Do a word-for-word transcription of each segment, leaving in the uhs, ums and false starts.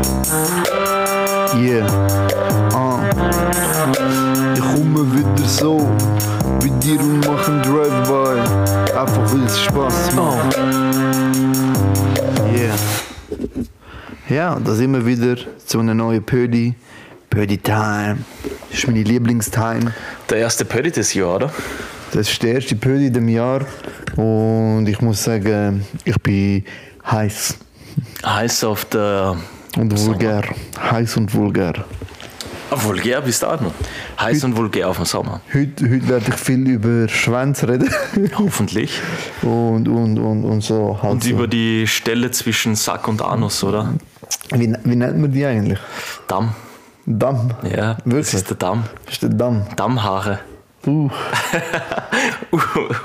Yeah. Ah. Ich komme wieder so wie dir und machen Drive-by. Einfach weil es Spaß macht. Yeah. Ja, da sind wir wieder zu einer neuen Pödi. Pödi Time. Das ist meine Lieblingstime. Der erste Pödi des Jahres, oder? Das ist der erste Pödi in dem Jahr. Und ich muss sagen, ich bin heiß. Heiß auf der... Und vulgär. Heiß und vulgär. Ah, vulgär bist du auch noch. Heiß Heute, und vulgär auf dem Sommer. Heute, heute werde ich viel über Schwänze reden. Hoffentlich. Und, und, und, und so. Halt und so. über die Stelle zwischen Sack und Anus, oder? Wie, wie nennt man die eigentlich? Damm. Damm? Ja, wirklich? das ist der Damm. Das ist der Damm. Dammhaare. Uh. uh,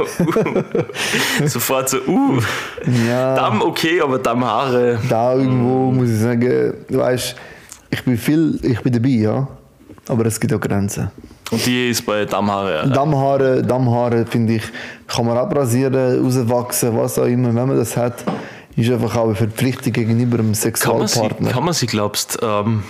uh. Sofort so, uh. Ja. Damm okay, aber Dammhaare. Da irgendwo muss ich sagen, du weißt, ich bin viel, ich bin dabei, ja. Aber es gibt auch Grenzen. Und die ist bei Dammhaare. Ja. Dammhaare, Dammhaare finde ich, kann man abrasieren, rauswachsen, was auch immer, wenn man das hat, ist einfach auch eine Verpflichtung gegenüber einem Sexualpartner. Kann man sie, kann man sie glaubst, ähm,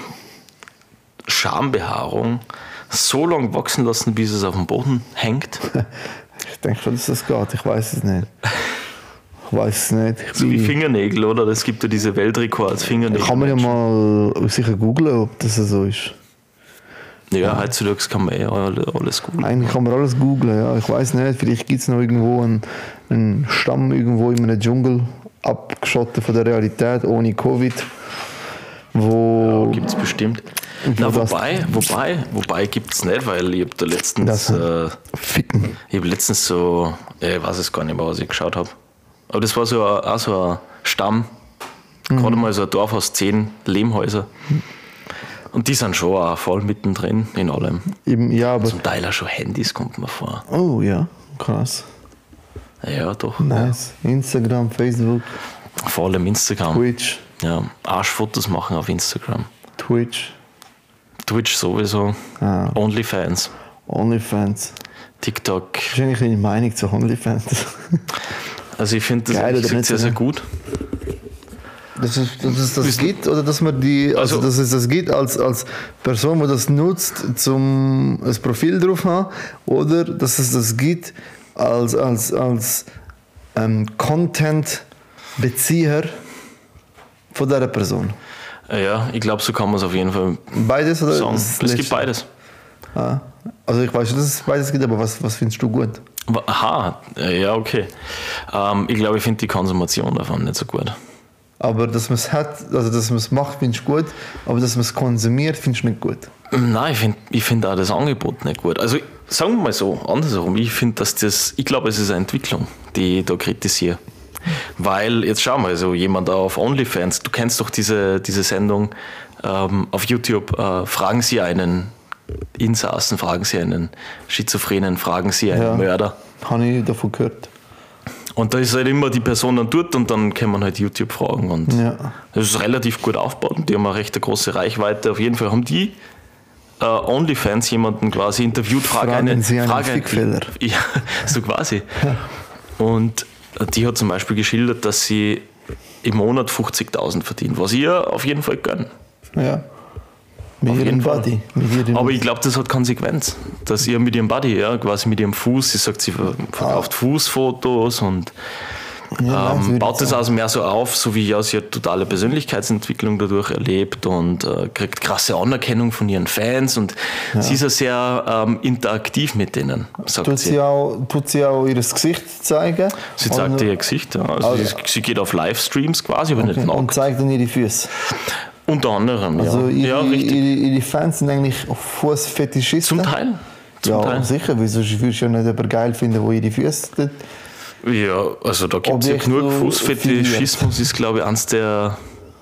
Schambehaarung so lange wachsen lassen, bis es auf dem Boden hängt? Ich denke schon, dass das geht, ich weiß es nicht. Ich weiß es nicht. Ich So wie bin, Fingernägel, oder? Es gibt ja diese Weltrekords Fingernägel. kann man ja mal sicher googlen, ob das so ist. Ja, heutzutage kann man eh alles googeln. Eigentlich kann man alles googlen, ja. Ich weiß nicht, vielleicht gibt es noch irgendwo einen, einen Stamm irgendwo in einem Dschungel, abgeschottet von der Realität, ohne Covid, wo... Ja, gibt es bestimmt. Na, wobei, wobei, wobei gibt es nicht, weil ich habe da letztens... Äh, Ficken. Ich habe letztens so... Ja, ich weiß es gar nicht mehr, was ich geschaut habe. Aber das war so ein, auch so ein Stamm, mhm. gerade mal so ein Dorf aus zehn Lehmhäusern. Und die sind schon auch voll mittendrin in allem. Eben, ja, aber zum Teil auch schon Handys, kommt mir vor. Oh ja, krass. Ja, doch. Nice. Ja. Instagram, Facebook. Vor allem Instagram. Twitch. Ja, Arschfotos machen auf Instagram. Twitch. Twitch sowieso. Ah. Onlyfans. Onlyfans. TikTok. Wahrscheinlich eine Meinung zu Onlyfans. Also ich finde das Geil, sehr, sehr gut. Dass es, dass es das gibt oder dass man die, also, also dass es das gibt als, als Person, die das nutzt, zum ein Profil drauf haben, oder dass es das gibt als, als, als ähm, Content-Bezieher von dieser Person. Ja, ich glaube, so kann man es auf jeden Fall beides oder sagen. Es gibt beides. Ah, also ich weiß schon, dass es beides gibt, aber was, was findest du gut? Aha, ja, okay. Ähm, ich glaube, ich finde die Konsumation davon nicht so gut. Aber dass man es hat, also dass man es macht, findest du gut, aber dass man es konsumiert, findest du nicht gut? Nein, ich finde ich find auch das Angebot nicht gut. Also sagen wir mal so, andersherum, ich finde, dass das, ich glaube, es ist eine Entwicklung, die ich da kritisiere. Weil, jetzt schau mal, so jemand auf OnlyFans, du kennst doch diese, diese Sendung ähm, auf YouTube, äh, fragen Sie einen Insassen, fragen Sie einen Schizophrenen, fragen Sie einen ja, Mörder. Habe ich davon gehört. Und da ist halt immer die Person dann dort und dann kann man halt YouTube fragen. Und ja. das ist relativ gut aufgebaut und die haben eine recht eine große Reichweite. Auf jeden Fall haben die äh, OnlyFans jemanden quasi interviewt, frage Fragen eine, Sie einen frage Fickfeller. Ja, so quasi. Und die hat zum Beispiel geschildert, dass sie im Monat fünfzigtausend verdient, was ihr auf jeden Fall gönnt. Ja. Mit auf ihrem Body. Mit ihrem Aber ich glaube, das hat Konsequenz, dass ihr mit ihrem Body, ja, quasi mit ihrem Fuß, sie sagt, sie verkauft ah. Fußfotos und ja, ähm, baut das also mehr so auf, so wie ja, sie hat totale Persönlichkeitsentwicklung dadurch erlebt und äh, kriegt krasse Anerkennung von ihren Fans und ja. sie ist ja sehr ähm, interaktiv mit denen, sagt tut sie. sie auch, tut sie auch ihr Gesicht zeigen? Sie zeigt ihr Gesicht, ja. Also also, sie, sie geht auf Livestreams quasi, aber okay. nicht nackt. Und zeigt dann ihre Füße? Unter anderem, also ja. Ihre, ja richtig. Ihre, ihre Fans sind eigentlich Fußfetischisten? Zum Teil. Zum ja, Teil. sicher, weil sonst würdest du ja nicht jemanden geil finden, wo ihre Füße dort. Ja, also da gibt es ja genug. Fußfetischismus ist, glaube ich, eines der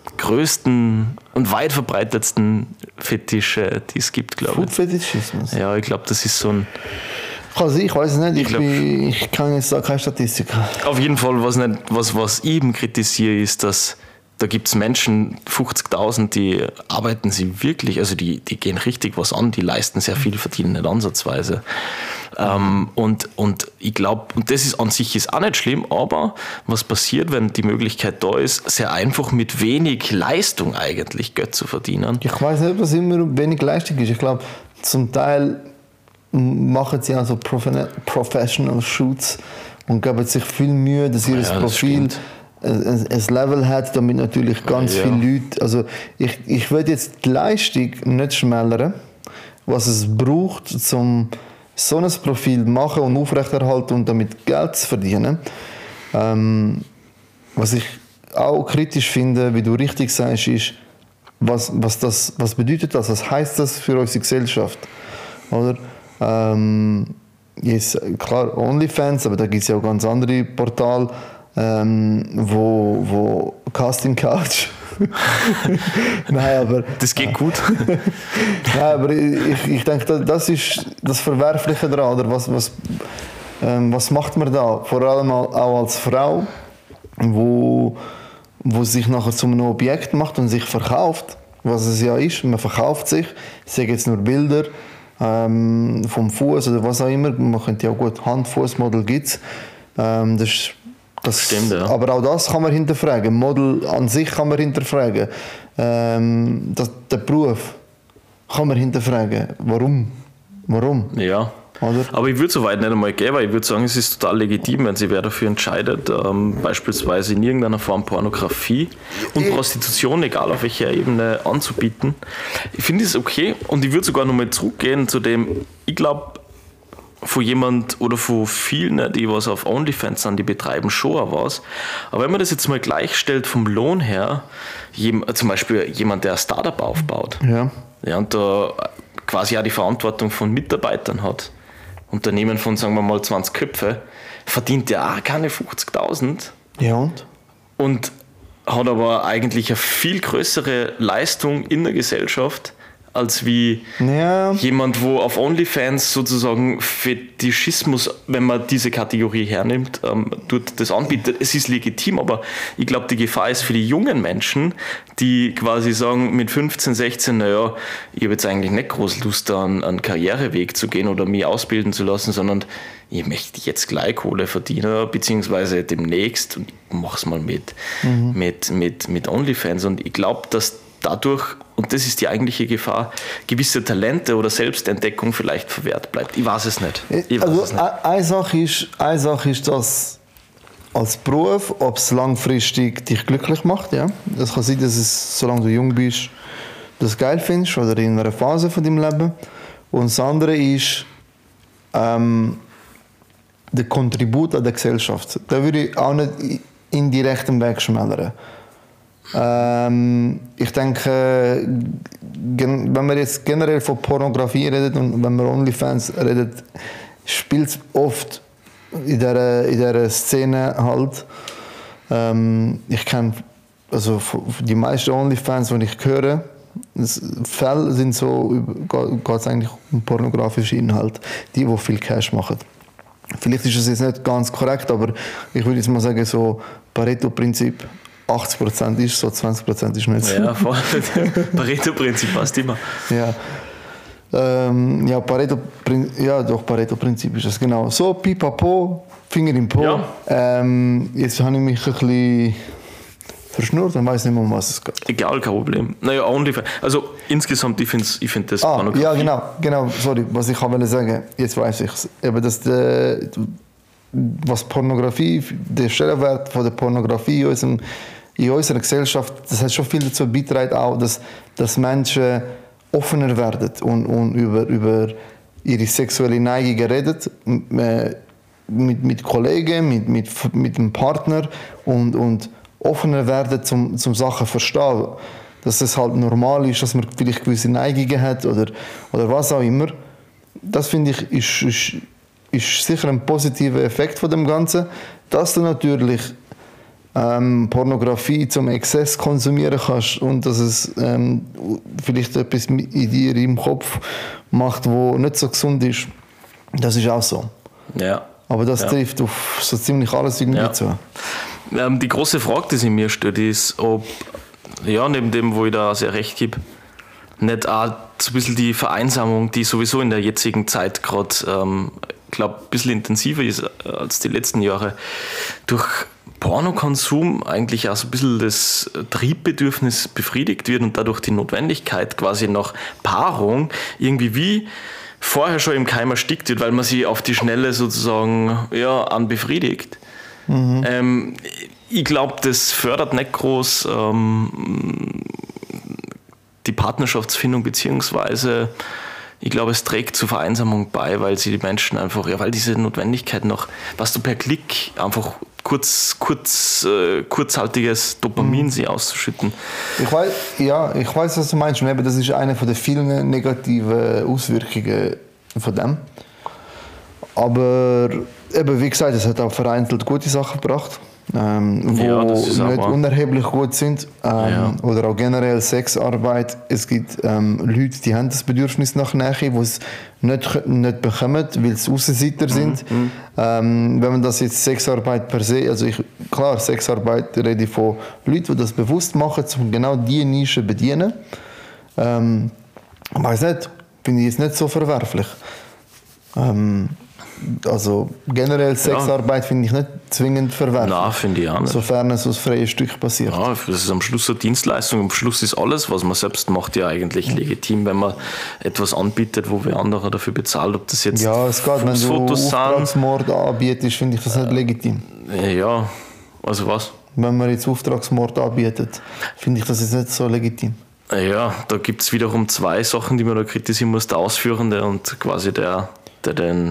größten und weit verbreitetsten Fetische, die es gibt, glaube ich. Fußfetischismus? Ja, ich glaube, das ist so ein... Also ich weiß es nicht, ich, ich, glaub, bin, ich kann jetzt da keine Statistik haben. Auf jeden Fall, was, nicht, was, was ich eben kritisiere, ist, dass da gibt es Menschen, fünfzigtausend, die arbeiten sie wirklich, also die, die gehen richtig was an, die leisten sehr viel, verdienen nicht ansatzweise. Ähm, und, und ich glaube, und das ist an sich ist auch nicht schlimm, aber was passiert, wenn die Möglichkeit da ist, sehr einfach mit wenig Leistung eigentlich Geld zu verdienen? Ich weiß nicht, was immer wenig Leistung ist. Ich glaube, zum Teil machen sie also Professional Shoots und geben sich viel Mühe, dass ihr ja, Profil ein, ein Level hat, damit natürlich ganz ja. viele Leute, also ich, ich will jetzt die Leistung nicht schmälern, was es braucht, um so ein Profil machen und aufrechterhalten und damit Geld zu verdienen. Ähm, was ich auch kritisch finde, wie du richtig sagst, ist, was, was, das, was bedeutet das, was heisst das für unsere Gesellschaft? Oder? Ähm, jetzt, klar, OnlyFans, aber da gibt es ja auch ganz andere Portale, ähm, wo, wo Casting Couch. Nein, aber, das geht gut. Nein, aber ich, ich denke, das ist das Verwerfliche daran. Oder was, was, ähm, was macht man da? Vor allem auch als Frau, wo, wo sich nachher zu einem Objekt macht und sich verkauft, was es ja ist. Man verkauft sich. Ich sage jetzt nur Bilder ähm, vom Fuß oder was auch immer. Man könnte ja auch gut Hand-Fuß-Model gibt es. Ähm, das Das, Stimmt, ja. Aber auch das kann man hinterfragen. Model an sich kann man hinterfragen. Ähm, das, den Beruf kann man hinterfragen. Warum? Warum? Ja. Oder? Aber ich würde so weit nicht einmal gehen, weil ich würde sagen, es ist total legitim, wenn sich wer dafür entscheidet, ähm, beispielsweise in irgendeiner Form Pornografie und ich Prostitution, egal auf welcher Ebene, anzubieten. Ich finde es okay und ich würde sogar nochmal zurückgehen zu dem, ich glaube, von jemand oder von vielen, die was auf OnlyFans sind, die betreiben schon auch was. Aber wenn man das jetzt mal gleichstellt vom Lohn her, zum Beispiel jemand, der ein Startup aufbaut, ja. Ja, und da quasi auch die Verantwortung von Mitarbeitern hat, Unternehmen von, sagen wir mal, zwanzig Köpfe, verdient ja auch keine fünfzigtausend. Ja und? Und hat aber eigentlich eine viel größere Leistung in der Gesellschaft, als wie ja. jemand, wo auf OnlyFans sozusagen Fetischismus, wenn man diese Kategorie hernimmt, ähm, dort das anbietet. Es ist legitim, aber ich glaube, die Gefahr ist für die jungen Menschen, die quasi sagen, mit fünfzehn, sechzehn, naja, ich habe jetzt eigentlich nicht groß Lust, da einen, einen Karriereweg zu gehen oder mich ausbilden zu lassen, sondern ich möchte jetzt gleich Kohle verdienen, beziehungsweise demnächst, und ich mache es mal mit, mhm. mit, mit, mit OnlyFans. Und ich glaube, dass dadurch, und das ist die eigentliche Gefahr, gewisse Talente oder Selbstentdeckung vielleicht verwehrt bleibt. Ich weiß es nicht. Ich weiß also es nicht. Eine Sache ist, eine Sache ist, dass als Beruf, ob es langfristig dich glücklich macht. Ja? Das kann sein, dass es, solange du jung bist, das geil findest oder in einer Phase von deinem Leben. Und das andere ist ähm, der Kontribut an der Gesellschaft. Da würde ich auch nicht indirekt Weg schmälern. Ähm, ich denke, gen- wenn man jetzt generell von Pornografie redet und wenn man OnlyFans redet, spielt es oft in dieser, in dieser Szene halt. Ähm, ich kenne also die meisten OnlyFans, die ich höre, das Fälle sind so, geht es eigentlich um pornografische Inhalte, die, die viel Cash machen. Vielleicht ist das jetzt nicht ganz korrekt, aber ich würde jetzt mal sagen, so Pareto-Prinzip. achtzig Prozent ist so, zwanzig Prozent ist nicht so. Ja, voll. Pareto-Prinzip passt immer. Ja, ähm, ja, Pareto, ja, doch, Pareto-Prinzip ist das, genau. So, pipapo, Finger im Po. Ja. Ähm, jetzt habe ich mich ein bisschen verschnurrt und weiß nicht mehr, um was es geht. Egal, kein Problem. Naja, OnlyFans. Also insgesamt, ich finde ich find das ah, ja, genau, genau, sorry, was ich wollte sagen, jetzt weiß ich es. Eben, dass der, was Pornografie, der Stellenwert von der Pornografie in, unserem, in unserer Gesellschaft, das hat schon viel dazu beigetragen, auch, dass, dass Menschen offener werden und, und über, über ihre sexuelle Neigungen reden, mit, mit Kollegen, mit, mit, mit dem Partner und, und offener werden, zum, zum Sachen verstehen. Dass es halt normal ist, dass man vielleicht gewisse Neigungen hat oder, oder was auch immer. Das finde ich, ist, ist ist sicher ein positiver Effekt von dem Ganzen, dass du natürlich ähm, Pornografie zum Exzess konsumieren kannst und dass es ähm, vielleicht etwas in dir im Kopf macht, wo nicht so gesund ist. Das ist auch so. Ja. Aber das ja. trifft auf so ziemlich alles irgendwie ja. zu. Ähm, die große Frage, die sich mir stellt, ist, ob, ja, neben dem, wo ich da sehr recht gebe, nicht auch so ein bisschen die Vereinsamung, die sowieso in der jetzigen Zeit gerade, ähm, glaube ein bisschen intensiver ist als die letzten Jahre, durch Pornokonsum eigentlich auch so ein bisschen das Triebbedürfnis befriedigt wird und dadurch die Notwendigkeit quasi nach Paarung irgendwie wie vorher schon im Keim erstickt wird, weil man sie auf die Schnelle sozusagen ja, anbefriedigt. Mhm. Ähm, ich glaube, das fördert nicht groß ähm, die Partnerschaftsfindung, beziehungsweise ich glaube, es trägt zur Vereinsamung bei, weil sie die Menschen einfach, ja, weil diese Notwendigkeit noch, was du per Klick einfach kurz, kurz, äh, kurzhaltiges Dopamin mhm. sie auszuschütten. Ich weiß, ja, ich weiß, was du meinst. Und eben, das ist eine von den vielen negativen Auswirkungen von dem. Aber eben, wie gesagt, es hat auch vereinzelt gute Sachen gebracht, ähm, wo ja, nicht auch unerheblich gut sind. Ähm, ja. Oder auch generell Sexarbeit. Es gibt ähm, Leute, die haben das Bedürfnis nach Nähe, die es nicht, nicht bekommen, weil es Aussenseiter sind. Mhm. Ähm, wenn man das jetzt Sexarbeit per se, also ich, klar, Sexarbeit rede ich von Leuten, die das bewusst machen, um genau diese Nische zu bedienen. Ähm, ich weiß nicht, finde ich jetzt nicht so verwerflich. Ähm, Also generell Sexarbeit ja. finde ich nicht zwingend verwerflich. Nein, finde ich auch nicht. Sofern es aus freiem Stück passiert. Ja, das ist am Schluss eine Dienstleistung. Am Schluss ist alles, was man selbst macht, ja eigentlich legitim, wenn man etwas anbietet, wo wer andere dafür bezahlt. Ob das jetzt ja, es geht, wenn du Auftragsmord anbietest, finde ich das nicht legitim. Ja, also was? Wenn man jetzt Auftragsmord anbietet, finde ich das jetzt nicht so legitim. Ja, da gibt es wiederum zwei Sachen, die man da kritisieren muss. Der Ausführende und quasi der, der den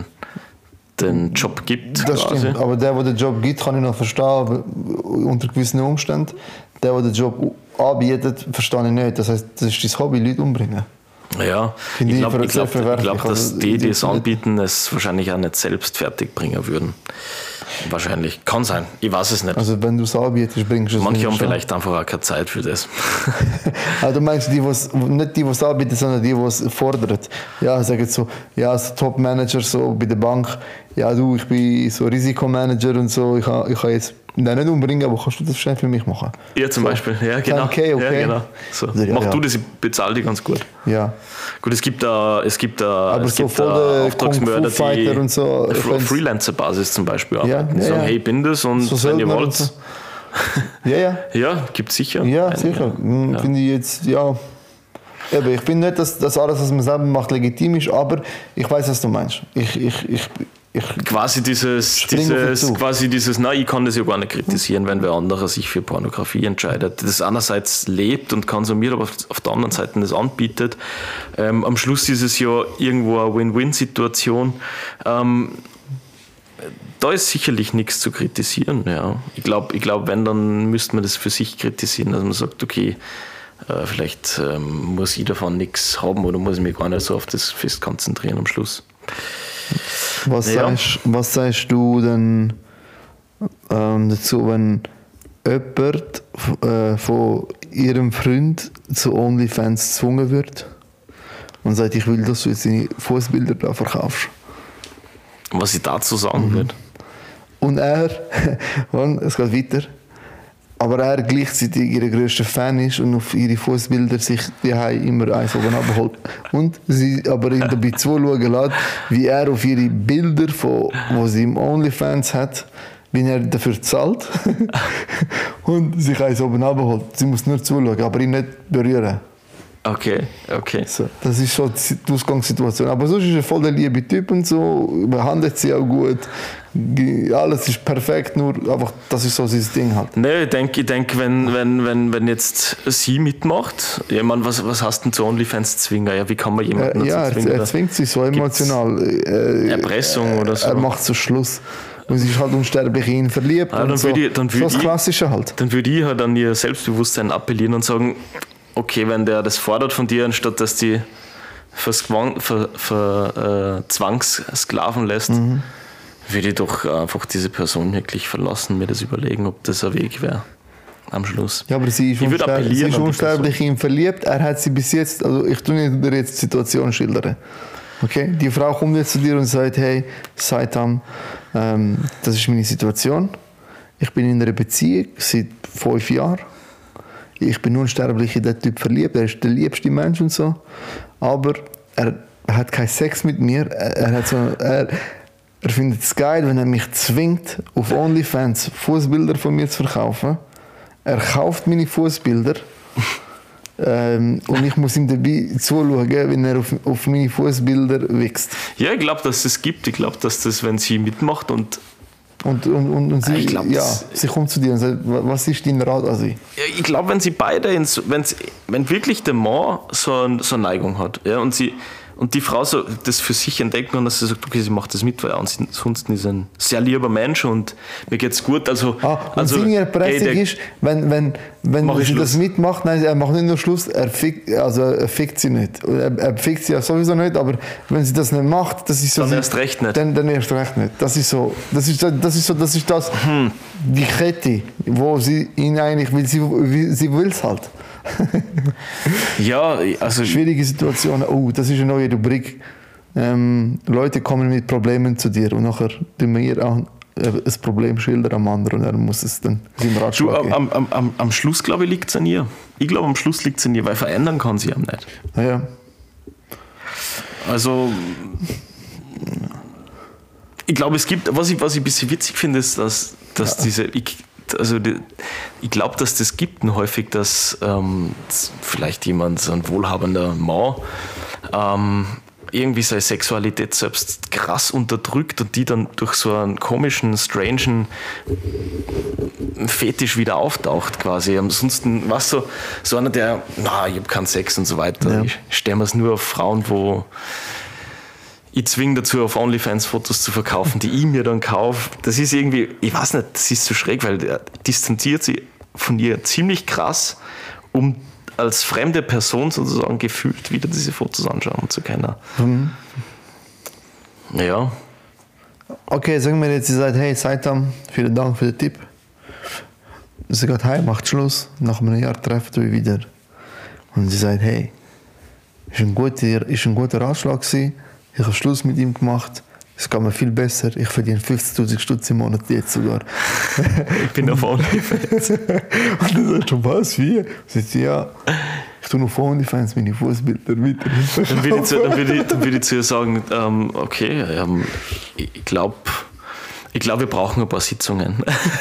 den Job gibt. Das quasi. Stimmt, aber der, der den Job gibt, kann ich noch verstehen, unter gewissen Umständen. Der, der den Job anbietet, verstehe ich nicht. Das heißt, das ist dein Hobby, Leute umbringen. Ja, Finde ich glaube, glaub, glaub, dass also, die, die es anbieten, es wahrscheinlich auch nicht selbst fertig bringen würden. Wahrscheinlich. Kann sein. Ich weiß es nicht. Also wenn du es anbietest, bringst du es Manche nicht haben schon. vielleicht einfach auch keine Zeit für das. Also du meinst die, was, nicht die, die es anbieten, sondern die, die es fordern. Ja, sagen jetzt so, ja, als Top-Manager so bei der Bank, ja du, ich bin so Risikomanager und so, ich kann, ich kann jetzt nein, nicht umbringen, aber kannst du das schnell für mich machen? Ja, zum so. Beispiel. Ja, genau. Okay, okay. Ja, genau. So. Also, ja, Mach ja. du das, ich bezahle dich ganz gut. Ja. Gut, es gibt da, es gibt da, aber es so gibt da Auftragsmörder, die und so, auf Freelancer-Basis zum Beispiel arbeiten. Ja, die ja, sagen, ja. hey, ich bin das und so wenn ihr wollt. So. Ja, ja. Ja, gibt es sicher. Ja, Einen, sicher. Ja. Finde ich jetzt, ja. Eben, ich finde nicht, dass, dass alles, was man selber macht, legitim ist, aber ich weiß, was du meinst. Ich, ich, ich, ich quasi dieses, dieses, quasi dieses, nein, ich kann das ja gar nicht kritisieren, wenn wer anderer sich für Pornografie entscheidet. Das einerseits lebt und konsumiert, aber auf der anderen Seite das anbietet. Ähm, am Schluss ist es ja irgendwo eine Win-Win-Situation. Ähm, da ist sicherlich nichts zu kritisieren. Ja. Ich glaube, ich glaub, wenn, dann müsste man das für sich kritisieren, dass man sagt, okay, äh, vielleicht ähm, muss ich davon nichts haben oder muss ich mich gar nicht so auf das fest konzentrieren am Schluss. Was, ja. sagst, was sagst du denn ähm, dazu, wenn jemand äh, von ihrem Freund zu OnlyFans gezwungen wird und sagt, ich will, dass du jetzt deine Fußbilder da verkaufst? Was ich dazu sagen mhm. würde. Und er, es geht weiter, aber er gleichzeitig ihr grösster Fan ist und auf ihre Fußbilder sich die immer eins oben abholt. Und sie aber ihn dabei zuschauen lässt, wie er auf ihre Bilder, von, die sie im OnlyFans hat, wie er dafür zahlt und sich eins oben abholt. Sie muss nur zuschauen, aber ihn nicht berühren. Okay, okay. So, das ist schon die Ausgangssituation. Aber sonst ist er voll der liebe Typ und so, behandelt sie auch gut. Alles ist perfekt, nur einfach, das ist so sein Ding halt. Nee, ich denke, ich denk, wenn, wenn, wenn, wenn jetzt sie mitmacht, ich meine, was, was hast du denn zu OnlyFans zwingen? Ja, wie kann man jemanden äh, ja, dazu zwingen? Ja, er, er zwingt sich so emotional. Äh, Erpressung oder so. Er macht so Schluss. Und sie ist halt unsterblich in ihn verliebt. Ah, dann so. Ich, dann so das Klassische halt. Dann würde ich halt an ihr Selbstbewusstsein appellieren und sagen, okay, wenn der das fordert von dir, anstatt dass die verzwang, ver, ver, äh, Zwangssklaven lässt, mhm. würde ich doch einfach diese Person wirklich verlassen, mir das überlegen, ob das ein Weg wäre am Schluss. Ja, aber sie ist, ich unster- sie ist unsterblich in ihn verliebt. Er hat sie bis jetzt, also ich tue dir jetzt die Situation schildern. Okay? Die Frau kommt jetzt zu dir und sagt, hey, Saitam, ähm, das ist meine Situation. ich bin in einer Beziehung seit fünf Jahren. Ich bin unsterblich in den Typ verliebt. Er ist der liebste Mensch und so. Aber er hat keinen Sex mit mir. Er, er, hat so, er, er findet es geil, wenn er mich zwingt, auf OnlyFans Fußbilder von mir zu verkaufen. Er kauft meine Fußbilder. Ähm, und ich muss ihm dabei zuschauen, wenn er auf, auf meine Fußbilder wächst. Ja, ich glaube, dass es das gibt. Ich glaube, dass das, wenn sie mitmacht und Und, und, und, und sie, glaub, ja, sie kommt zu dir und sagt, was ist dein Rat an sie? Ja, ich glaube, wenn sie beide, ins, wenn's, wenn wirklich der Mann so, ein, so eine Neigung hat, ja, und, sie, und die Frau so das für sich entdeckt und dass sie sagt, okay, sie macht das mit, weil ansonsten ist ein sehr lieber Mensch und mir geht's gut. Also, ah, und also, seine Erpressung hey, ist, wenn, wenn, wenn sie Schluss. das mitmacht, nein, er macht nicht nur Schluss, er fickt, also er fickt sie nicht. Er, er fickt sie ja sowieso nicht, aber wenn sie das nicht macht, das ist so. Dann sie, erst recht nicht. Dann, dann erst recht nicht. Das ist so, das ist, das ist so, das ist das, hm. die Kette, wo sie ihn eigentlich, weil sie, sie will es halt. Ja, also schwierige Situationen. Oh, das ist eine neue Rubrik. Ähm, Leute kommen mit Problemen zu dir und nachher tun wir ihr auch ein Problem schildern am anderen und er muss es dann seinem Ratschlag geben. Am, am, am, am Schluss, glaube ich, liegt es an ihr. Ich glaube, am Schluss liegt es an ihr, weil verändern kann sie ja nicht. Ja. Also, ich glaube, es gibt, was ich, was ich ein bisschen witzig finde, ist, dass, dass ja. diese, ich, also die, ich glaube, dass das gibt häufig, dass ähm, vielleicht jemand, so ein wohlhabender Mann, ähm, irgendwie seine Sexualität selbst krass unterdrückt und die dann durch so einen komischen, strangen Fetisch wieder auftaucht quasi. Ansonsten, was so, so einer, der, na, ich habe keinen Sex und so weiter. Ja. Ich stelle mir es nur auf Frauen, wo ich zwinge dazu, auf OnlyFans Fotos zu verkaufen, die ich mir dann kaufe. Das ist irgendwie, ich weiß nicht, das ist so schräg, weil der distanziert sich von ihr ziemlich krass, um als fremde Person sozusagen gefühlt wieder diese Fotos anschauen zu können. Mhm. Ja. Okay, sagen wir jetzt, sie sagt, hey Seitam, vielen Dank für den Tipp. Sie sagt, hey, macht Schluss, nach einem Jahr treffen wir wieder. Und sie sagt, hey, ist ein guter, ist ein guter Ratschlag gewesen. Ich habe Schluss mit ihm gemacht. Es geht mir viel besser. Ich verdiene fünfzigtausend Stutz im Monat jetzt sogar. Ich bin auf OnlyFans. Und dann sagt schon, was, wie? Sie sagt, ja, ich tue auf OnlyFans meine Fußbilder weiter. Dann würde ich, zu, dann würde ich, dann würde ich zu ihr sagen, ähm, okay, ähm, ich glaube, ich glaub, wir brauchen ein paar Sitzungen.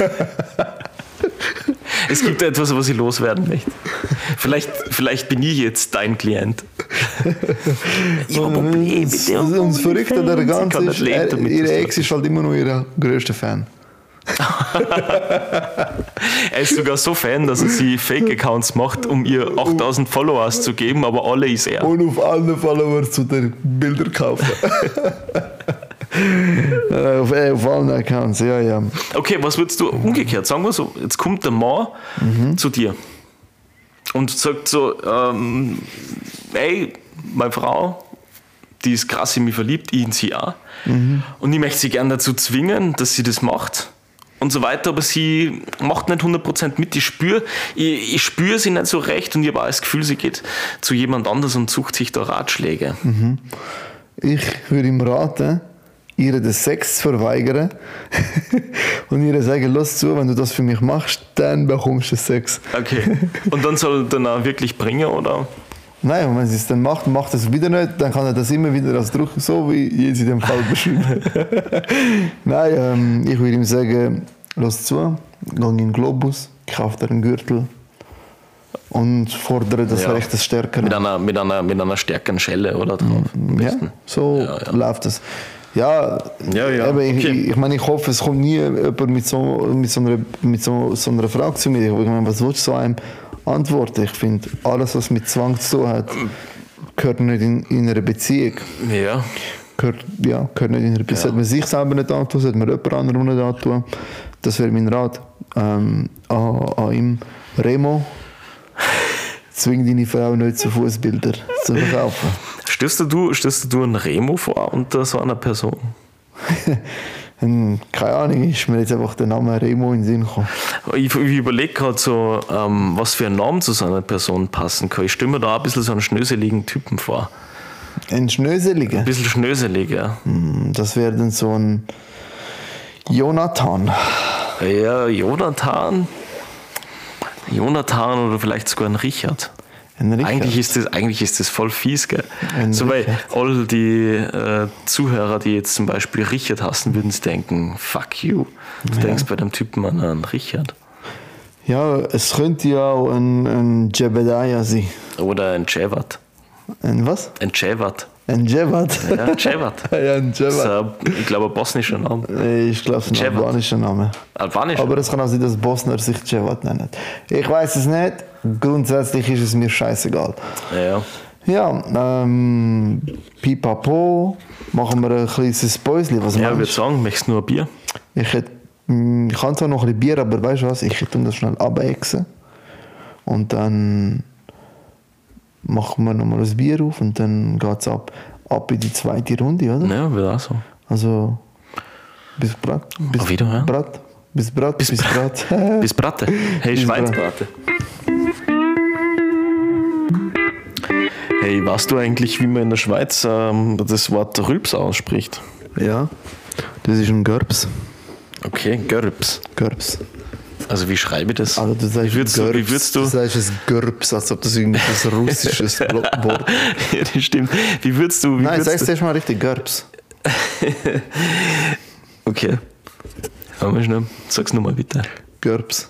Es gibt etwas, was ich loswerden möchte. Vielleicht, vielleicht bin ich jetzt dein Klient. Ich habe Probleme mit dir. Und das Verrückte an der ganzen ist, er, ihre Ex ist halt immer noch ihr größter Fan. Er ist sogar so Fan, dass er sie Fake-Accounts macht, um ihr achttausend Followers zu geben, aber alle ist er. Und auf alle Follower zu den Bildern kaufen. auf, auf allen Accounts, ja, ja. Okay, was würdest du umgekehrt sagen? Wir so, jetzt kommt der Mann mhm. zu dir und sagt so, ähm, ey, meine Frau, die ist krass in mich verliebt, ich in sie auch. Mhm. Und ich möchte sie gerne dazu zwingen, dass sie das macht und so weiter, aber sie macht nicht hundert Prozent mit. Ich spüre ich, ich spür sie nicht so recht und ich habe auch das Gefühl, sie geht zu jemand anders und sucht sich da Ratschläge. Mhm. Ich würde ihm raten, ihr den Sex zu verweigern und ihr sagen, lass zu, wenn du das für mich machst, dann bekommst du Sex. Okay. Und dann soll er dann auch wirklich bringen, oder? Nein, und wenn sie es dann macht, macht es wieder nicht, dann kann er das immer wieder als Druck, so wie jetzt in dem Fall beschrieben. Nein, ähm, ich würde ihm sagen, lass zu, geh in den Globus, kauf dir einen Gürtel und fordere das ja. Recht des Stärkeren. Mit einer, mit einer, mit einer stärkeren Schelle, oder? Ja, so ja, ja. läuft es. Ja, ja, ja. Eben, ich, okay. ich meine, ich hoffe, es kommt nie jemand mit so, mit so, einer, mit so, so einer Frage zu mir. Ich meine, was willst du so einem antworten? Ich finde, alles, was mit Zwang zu tun hat, gehört nicht in, in einer Beziehung. Ja. Gehört, ja, gehört nicht in einer Beziehung. Ja. Sollte man sich selber nicht antun, sollte man jemand anderem nicht antun. Das wäre mein Rat ähm, an, an ihm. Remo, zwing deine Frau nicht zu Fußbilder zu verkaufen. Stellst du, stellst du einen Remo vor unter so einer Person? Keine Ahnung, ist mir jetzt einfach der Name Remo in den Sinn gekommen. Ich, ich überlege gerade so, ähm, was für ein Name zu so einer Person passen kann. Ich stelle mir da ein bisschen so einen schnöseligen Typen vor. Ein schnöseliger? Ein bisschen schnöseliger. Das wäre dann so ein Jonathan. Ja, Jonathan. Jonathan oder vielleicht sogar ein Richard. Ein Richard. Eigentlich ist das, eigentlich ist das voll fies, gell? So, weil all die äh, Zuhörer, die jetzt zum Beispiel Richard hassen, würden sich denken, fuck you. Du Ja. denkst bei dem Typen an einen Richard. Ja, es könnte ja auch ein, ein Jebediah sein. Oder ein Cevat. Ein was? Ein Cevat. Ein Jevad? Ja, ein Cevat. Ja, ein Das ist, Jevad. ein, ich glaube, ein bosnischer Name. Ich glaube, es ist ein Jevad. albanischer Name. Albanisch? Aber es kann auch sein, dass Bosner sich Jevad nennen. Ich weiß es nicht. Grundsätzlich ist es mir scheißegal. Ja. Ja, ähm, pipapo. Machen wir ein kleines Päuschen. Was Ja, ich würde meinst du? sagen, möchtest du nur ein Bier? Ich, hätt, mh, ich kann zwar noch ein bisschen Bier, aber weißt du was? Ich hätte das schnell abwechseln. Und dann machen wir nochmal ein Bier auf und dann geht es ab, ab in die zweite Runde, oder? Ja, würde auch so. Also, bis Brat. Bis Auf Wiederhören. Brat. Bis Brat. Bis, Brat. Bis Bratte. Hey, Bis Schweinsbratte. Hey, weißt du eigentlich, wie man in der Schweiz ähm, das Wort Rülps ausspricht? Ja, das ist ein Görbs. Okay, Görbs. Görbs. Also wie schreibe ich das? Also du sagst wie würdest du, wie Görbs, würdest du, du sagst es Görbs, als ob das irgendein russisches Wort. ja, das stimmt. Wie würdest du, wie Nein, würdest sagst du, du erstmal richtig Görbs. okay. Haben wir schnell. Sag's nochmal bitte. Görbs.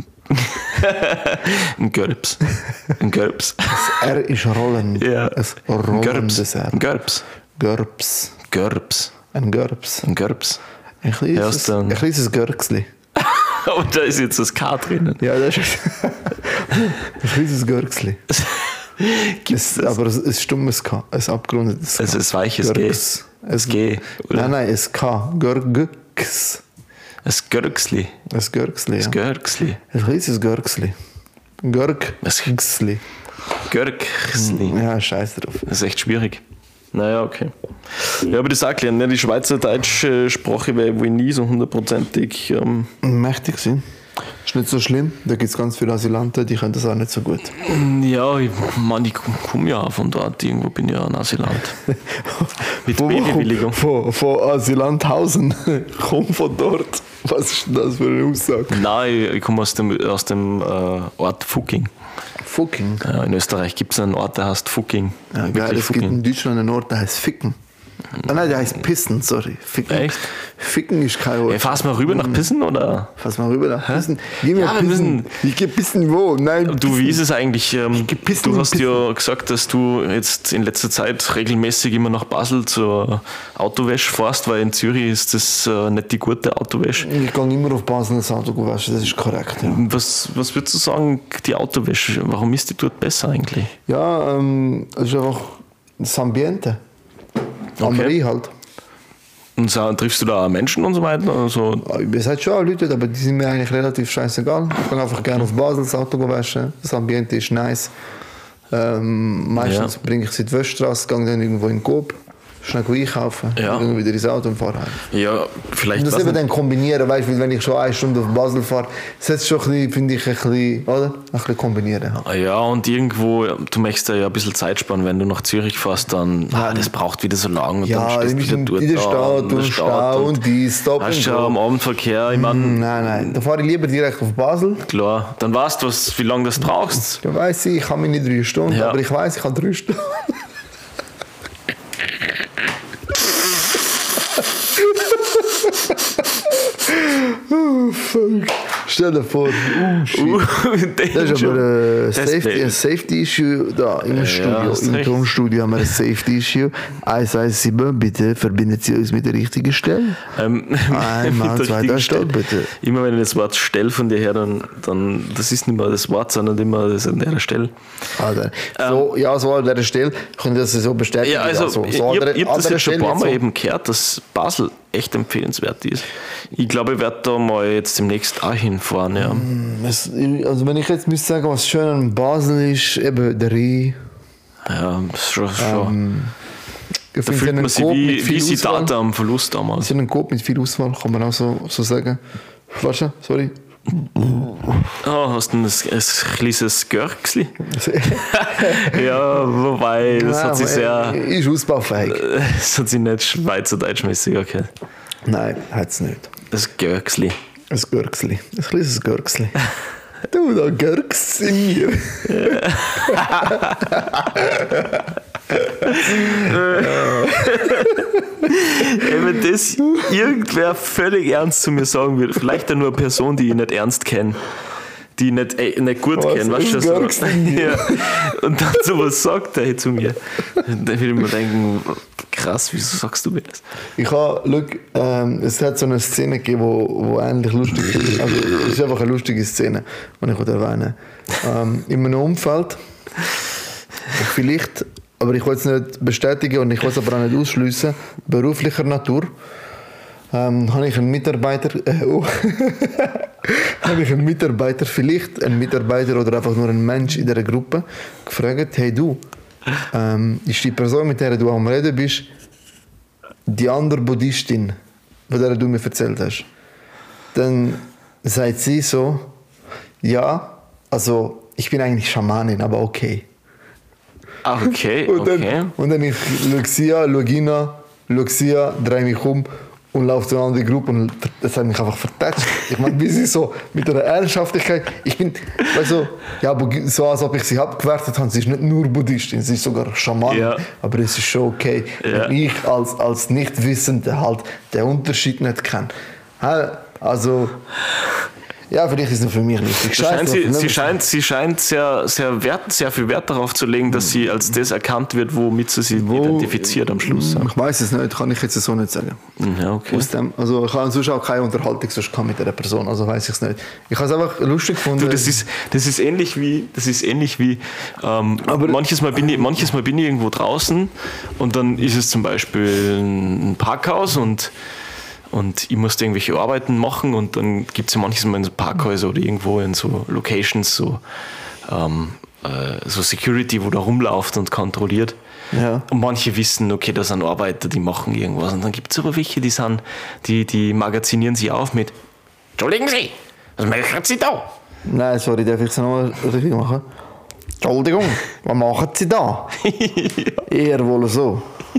Ein Görbs. Ein Görbs. Das R ist rollend. Ja. Ein Ein rollendes Görbs. R. Ein Görbs. Görbs. Görbs. Ein Görbs. Ein Görbs. Ein kleines, Ja, ist dann- ein kleines Görgsli. Aber da ist jetzt das K drinnen. Ja, das ist ein kleines Görgsli. Gibt's Es, das? aber es ist stummes K, ein abgerundetes K. Also ein weiches G. Görgs. Das G. Oder? Nein, nein, es K. Görgs. Ein Görgsli. Ein Görgsli, ja. Ein Görgsli. Ein kleines Görgsli. Görgsli. Görgsli. Ja, scheiß drauf. Das ist echt schwierig. Naja, okay. Ja, aber das ist auch klar, ne? Die schweizerdeutsche Sprache wäre wohl nie so hundertprozentig. Ähm, Mächtig sein. Ist nicht so schlimm. Da gibt es ganz viele Asylanten, die können das auch nicht so gut. ja, ich meine, ich komme ja auch von dort. Irgendwo bin ich ja ein Asylant. Mit Wo- wo- B-Bewilligung. Von, von Asylanthausen. Komm von dort. Was ist denn das für eine Aussage? Nein, ich, ich komme aus dem, aus dem äh, Ort Fucking. Fucking. Ja, in Österreich gibt es einen Ort, der heißt Fucking. Ja, Wirklich geil, es gibt Fucking. in Deutschland einen Ort, der heißt Ficken. Ah, nein, der heißt Pissen, sorry. Ficken. Echt? Ficken ist kein Ort. Hey, fahrst mal rüber nach Pissen oder? Fass mal rüber nach Pissen. Gib mir Ja, wir Pissen. müssen- Ich geh Pissen wo? Nein. Du, wie ist es eigentlich? Ähm, geh pissen du und hast pissen. ja gesagt, dass du jetzt in letzter Zeit regelmäßig immer nach Basel zur Autowäsche fährst, weil in Zürich ist das äh, nicht die gute Autowäsche. Ich gehe immer auf Basel das Auto waschen, das ist korrekt. Ja, Was, was würdest du sagen, die Autowäsche, warum ist die dort besser eigentlich? ja ähm, es ist einfach das Ambiente. Amri halt. Und so, triffst du da auch Menschen und so weiter? Also, Es hat schon auch Leute, aber die sind mir eigentlich relativ scheißegal. Ich kann einfach gerne auf Basel das Auto waschen. Das Ambiente ist nice. Ähm, meistens Ja. bringe ich sie in die Weststraße, gehe dann irgendwo in den Coop, schnell einkaufen, Ja. gehe wieder ins Auto und fahre heim. ja, vielleicht. Und das weiß eben nicht. dann kombinieren, weißt du, wenn ich schon eine Stunde auf Basel fahre, das ist schon ein bisschen, finde ich, ein bisschen, oder? Ein bisschen kombinieren. Ah ja, und irgendwo, du möchtest ja ein bisschen Zeit sparen, wenn du nach Zürich fährst, dann, ah, das braucht wieder so lange. Und Ja, dann in stehst du wieder der dort Stadt an, und der Stau und dies, Stop und Hast so. schon am Abendverkehr, ich meine, Nein, nein, da fahre ich lieber direkt auf Basel. klar, dann weißt du, was, wie lange das brauchst. Da weiss ich, ich habe meine drei Stunden, Ja. aber ich weiss, ich habe drei Stunden. Oh, fuck. Stell dir vor, oh shit. Uh, Das ist aber ein Das Safety, wär- ein Safety-Issue da im Studio. hast Im recht. Tonstudio haben wir ein Safety-Issue. eins eins sieben, bitte verbinden Sie uns mit der richtigen Stelle. Ähm, Einmal, mit der zweiter richtigen Stopp, Stelle. bitte. Immer wenn ich das Wort Stell von dir her, dann, dann das ist nicht mehr das Wort, sondern immer das an der Stelle. Also, so, ja, so an der Stelle können das so bestätigen. Ja, also, so, ich, so ich, an der- ich habe an das der jetzt schon ein Stelle paar Mal so. eben gehört, dass Basel echt empfehlenswert ist. Ich glaube, ich werde da mal jetzt demnächst auch hinfahren. Ja. Es, also wenn ich jetzt müsste sagen, was schön an Basel ist, eben der Rhein. Ja, schon, schon. Ich da finde, fühlt einen man sich Coop wie, mit wie viel Auswahl. Siddhartha am Verlust damals. Sie haben einen Coop mit viel Auswahl, kann man auch so, so sagen. Weißt du, sorry. Oh, hast du ein, ein kleines Görgsli? Ja, wobei, das Nein, hat sich aber, sehr. äh, Ist ausbaufähig. Das hat sich nicht schweizerdeutschmäßig okay. Nein, hat es nicht. Das Görgsli. Ein Görgsli. Ein kleines Görgsli. Du, da Görgs in mir. Ey, wenn das irgendwer völlig ernst zu mir sagen würde, vielleicht dann nur eine Person, die ich nicht ernst kenne, die ich nicht, ey, nicht gut kenne, weißt du, so. Ja. Und dann sowas sagt er zu mir, dann würde ich mir denken, krass, wieso sagst du mir das? Ich habe, look, ähm, es hat so eine Szene gegeben, wo, wo eigentlich lustig ist. Also, es ist einfach eine lustige Szene, die ich erwähne. Ähm, in meinem Umfeld, vielleicht, aber ich will es nicht bestätigen und ich will es aber auch nicht ausschliessen, beruflicher Natur, ähm, habe ich einen Mitarbeiter, äh, oh, habe ich einen Mitarbeiter, vielleicht einen Mitarbeiter oder einfach nur einen Mensch in dieser Gruppe gefragt, hey du, ähm, ist die Person, mit der du am Reden bist, die andere Buddhistin, von der du mir erzählt hast? Dann sagt sie so, ja, also ich bin eigentlich Schamanin, aber okay. Ah, okay, und dann, okay. Und dann ich schaue sie an, schaue ihn an, schaue sie an, drehe mich um und laufe zu einer anderen Gruppe und das hat mich einfach vertätscht. Ich meine, wie sie so mit einer Ernsthaftigkeit, ich bin, also, ja, so als ob ich sie abgewertet habe, sie ist nicht nur Buddhistin, sie ist sogar Schamanin, ja. Aber es ist schon okay, ja. Wenn ich als, als Nichtwissender halt den Unterschied nicht kenne. Also, ja, vielleicht ist es für mich nicht. Scheint sie, sie, scheint, sie scheint sehr, sehr, Wert, sehr viel Wert darauf zu legen, dass sie als das erkannt wird, womit sie sich Wo, identifiziert am Schluss. Ich weiß es nicht, kann ich jetzt so nicht sagen. Ja, okay. Aus dem, also ich habe sonst auch keine Unterhaltung mit dieser Person, also weiß ich es nicht. Ich habe es einfach lustig gefunden. Du, das, ist, das ist ähnlich wie, das ist ähnlich wie ähm, Aber, manches, Mal bin ich, manches Mal bin ich irgendwo draußen und dann ist es zum Beispiel ein Parkhaus und Und ich musste irgendwelche Arbeiten machen und dann gibt es ja manches Mal in so Parkhäuser oder irgendwo in so Locations so, ähm, äh, so Security, wo da rumläuft und kontrolliert. Ja. Und manche wissen, okay, da sind Arbeiter, die machen irgendwas. Und dann gibt es aber welche, die, sind, die, die magazinieren sie auf mit Entschuldigen Sie, was machen Sie da? Nein, sorry, darf ich es nochmal richtig machen? Entschuldigung, was machen Sie da? Ja. Eher wohl so.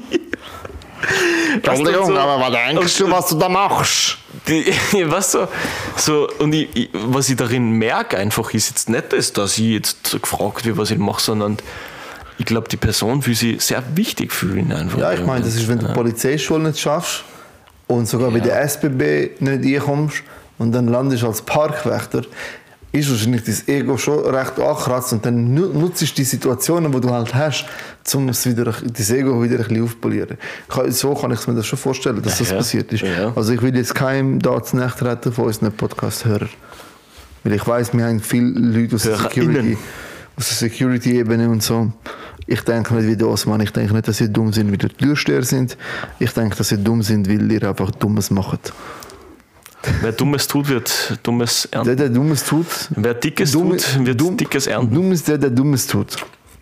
Entschuldigung, so, aber was denkst du, was du da machst? Die, weißt du, so, und ich, ich, was ich darin merke einfach, ist jetzt nicht das, dass ich jetzt gefragt wird, was ich mache, sondern ich glaube, die Person will sich sehr wichtig fühlen einfach. Ja, ich meine, das ist, wenn du die Polizeischule nicht schaffst und sogar ja. bei der S B B nicht reinkommst und dann landest du als Parkwächter, ist wahrscheinlich dein Ego schon recht angekratzt und dann nutzt du die Situationen, die du halt hast, um das wieder, dein Ego wieder ein bisschen aufzupolieren. So kann ich mir das schon vorstellen, dass das ja, passiert ist. Ja. Also ich will jetzt keinem da zu nahe treten von unseren Podcast-Hörern. Weil ich weiss, wir haben viele Leute aus der Security, aus der Security-Ebene und so. Ich denke nicht wie das, Mann. Ich denke nicht, dass sie dumm sind, weil die Türsteher sind. Ich denke, dass sie dumm sind, weil ihr einfach Dummes macht. Wer Dummes tut, wird Dummes ernten. Der, der Dummes tut. Wer Dickes dumm, tut, wird dumm, Dickes ernten. Dumm ist der, der Dummes tut.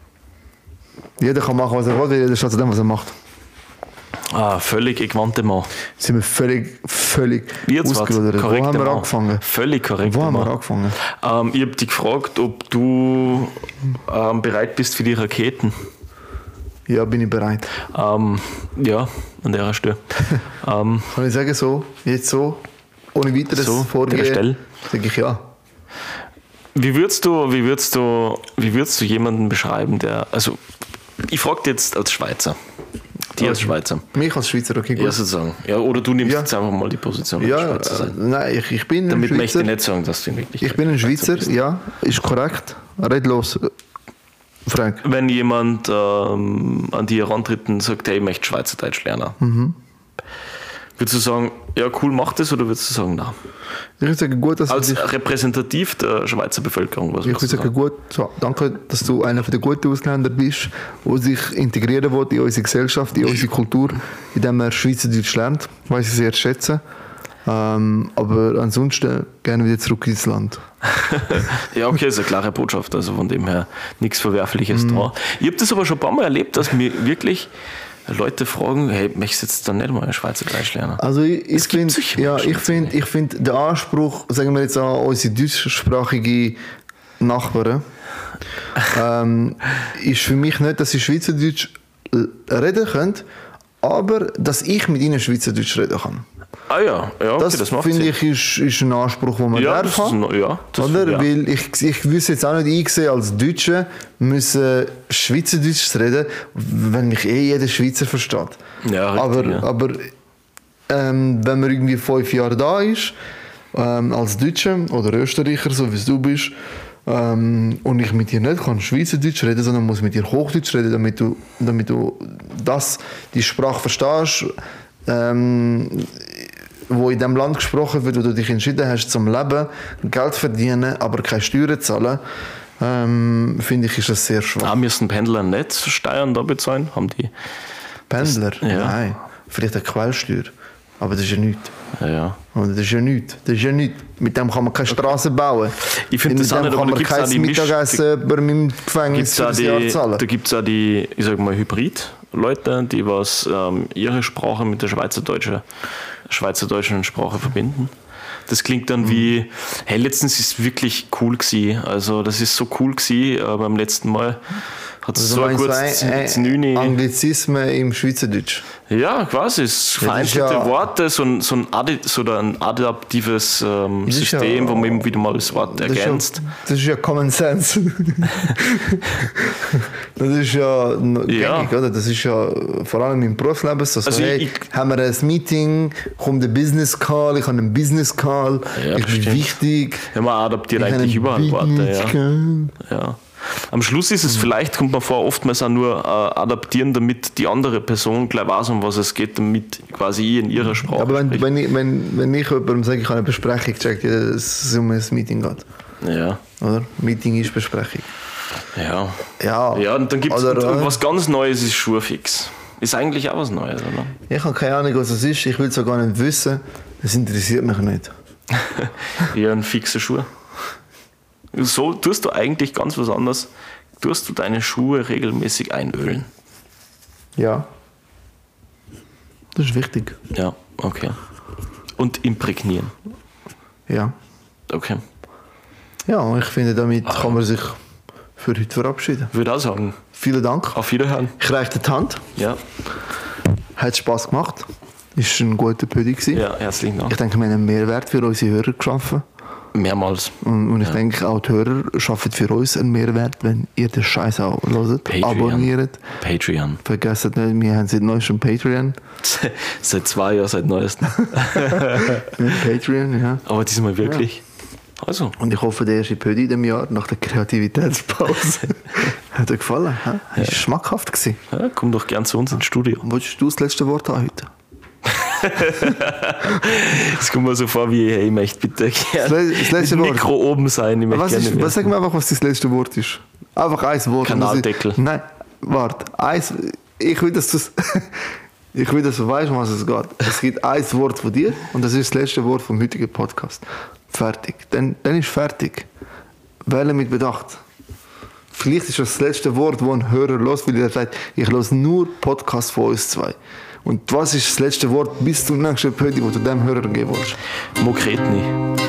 Jeder kann machen, was er will, jeder schaut zu dem, was er macht. Ah, völlig ignorante Mann. Sind wir völlig, völlig ausgelöst. Wo haben wir angefangen? Völlig korrekt. Wo haben wir angefangen? Ähm, ich habe dich gefragt, ob du ähm, bereit bist für die Raketen. Ja, bin ich bereit. Ähm, ja, an der Stelle. ähm, kann ich sagen, so, jetzt so? Ohne weiteres so, Vorgehen, sage ich ja. Wie würdest du, wie würdest du, wie würdest du jemanden beschreiben, der, also ich frage jetzt als Schweizer, die okay. als Schweizer. Mich als Schweizer, okay, gut. Ja, sozusagen. Ja, oder du nimmst ja. jetzt einfach mal die Position, ja, als Schweizer sein. Nein, ich, ich bin Damit ein Schweizer. möchte ich nicht sagen, dass du in Wirklichkeit Ich bin ein Schweizer, bist. Ja, ist korrekt. Red los, Frank. Wenn jemand ähm, an dich herantritt und sagt, hey, ich möchte Schweizerdeutsch lernen, mhm. würdest du sagen, ja cool, mach das, oder würdest du sagen, nein? Ich würde sagen, gut, dass Als dich, repräsentativ der Schweizer Bevölkerung, was ich würde sagen, gut, so, danke, dass du einer der guten Ausländer bist, der sich integrieren will in unsere Gesellschaft, in unsere Kultur, indem er Schweizerdeutsch lernt, was ich sehr schätze. Ähm, aber ansonsten gerne wieder zurück ins Land. Ja, okay, ist eine klare Botschaft, also von dem her nichts Verwerfliches mm. da. Ich habe das aber schon ein paar Mal erlebt, dass mir wirklich Leute fragen, hey, möchtest du jetzt dann nicht mal Schweizerdeutsch lernen? Also ich, ich finde, ja, ich finde, ich finde, der Anspruch, sagen wir jetzt an unsere deutschsprachige Nachbarn, ähm, ist für mich nicht, dass sie Schweizerdeutsch reden können, aber dass ich mit ihnen Schweizerdeutsch reden kann. Ah ja, ja okay, das, das macht finde Sinn. ich, ist, ist ein Anspruch, den man Ja, darf das ist haben. ein- ja, das- Oder? ja. Weil ich, ich wüsste jetzt auch nicht einsehen, als Deutsche müssen Schweizerdeutsch reden, wenn mich eh jeder Schweizer versteht. Ja, richtig, aber ja. aber ähm, wenn man irgendwie fünf Jahre da ist, ähm, als Deutscher oder Österreicher, so wie du bist, ähm, und ich mit dir nicht kann Schweizerdeutsch reden, sondern muss mit dir Hochdeutsch reden, damit du, damit du das, die Sprache verstehst, ähm, wo in dem Land gesprochen wird, wo du dich entschieden hast zum Leben, Geld verdienen, aber keine Steuern zahlen, ähm, finde ich, ist das sehr schwach. Ah, müssen Pendler nicht Steuern da bezahlen? Haben die? Pendler? Das- ja. Nein. Vielleicht eine Quellsteuer. Aber das ist ja nichts. Ja, ja. Oder das ist ja nichts. Das ist ja nichts. Mit dem kann man keine Straße bauen. Ich finde Mit das auch dem nicht, aber kann da man gibt's auch kein die Misch- Mittagessen bei meinem Gefängnis Gibt's für auch das Jahr die, zahlen. da gibt es auch die, ich sag mal, Hybrid-Leute, die was ähm, ihre Sprache mit der Schweizerdeutschen, Schweizerdeutschen Sprache verbinden. Das klingt dann wie, hey, letztens ist es wirklich cool gewesen. Also das ist so cool gewesen äh, beim letzten Mal. Hat es Also so du ein meinst gutes so ein- Znüni. Anglizismen im Schweizerdeutsch. Ja, quasi. Es ist Ja, das ist vereinzelte ja- Worte, so ein, so ein, Adi, so ein adaptives ähm, Das ist System, ja- wo man eben wieder mal das Wort Das ist, ja, ergänzt. das ist ja Common Sense. Das ist ja n- Ja. gängig, oder? Das ist ja vor allem im Berufsleben so. so Also hey, ich- haben wir ein Meeting, kommt ein Business Call, ich habe einen Business Call, Ja, ich bin bestimmt. wichtig. Ja, man adaptiert ich habe eigentlich einen überall Worte. Business Ja. Call. Ja. Am Schluss ist es vielleicht, kommt man vor, oftmals auch nur äh, adaptieren, damit die andere Person gleich weiß, um was es geht, damit quasi ich in ihrer Sprache Aber wenn, spreche. wenn, ich, wenn, wenn ich jemandem sage, ich habe eine Besprechung, checkt jeder, dass es um ein Meeting geht. Ja, Oder? Meeting ist Besprechung. ja. Ja, Ja, und dann gibt es Oder, was ganz Neues, ist Schuhfix. Ist eigentlich auch was Neues, oder? ich habe keine Ahnung, was es ist. Ich will es auch gar nicht wissen. Es interessiert mich nicht. Eher ein fixer Schuh. So tust du eigentlich ganz was anderes. Tust du deine Schuhe regelmäßig einölen? Ja. Das ist wichtig. Ja, okay. Und imprägnieren? Ja. Okay. Ja, und ich finde, damit kann man sich für heute verabschieden. Ich würde auch sagen, Vielen Dank. auf Wiederhören. Ich reiche dir die Hand. Ja, Hat Spass gemacht. Ist ein guter Pödi gewesen. ja herzlichen Dank. Ich denke, wir haben einen Mehrwert für unsere Hörer geschaffen. Mehrmals. Und, und ich denke, auch die Hörer schaffen für uns einen Mehrwert, wenn ihr den Scheiß auch hört, Patreon. abonniert. Patreon. Vergesst nicht, wir haben seit neuestem Patreon. Seit zwei Jahren, seit neuestem. Patreon, ja. Aber diesmal wirklich. Also, Und ich hoffe, der erste Pödi in diesem Jahr nach der Kreativitätspause hat dir gefallen. Hä? Ist schmackhaft gewesen. ja, komm doch gern zu uns ins Studio. Wolltest du das letzte Wort haben heute? Es kommt mir so vor wie, hey, ich möchte bitte gerne Das le- das letzte mit Wort. Mikro oben sein. Ich möchte Was, gerne ist, mehr. was sag mir einfach, was das letzte Wort ist. Einfach ein Wort. Kanaldeckel. Nein, warte. Eins, ich will, dass du ich will, dass du weißt, um was es geht. Es gibt ein Wort von dir und das ist das letzte Wort vom heutigen Podcast. Fertig. Dann, dann ist fertig. Wähle mit Bedacht. Vielleicht ist das das letzte Wort, das ein Hörer los, weil er sagt, ich höre nur Podcasts von uns zwei. Und was ist das letzte Wort bis zum nächsten Pödi, das du dem Hörer geben willst? Mokretni.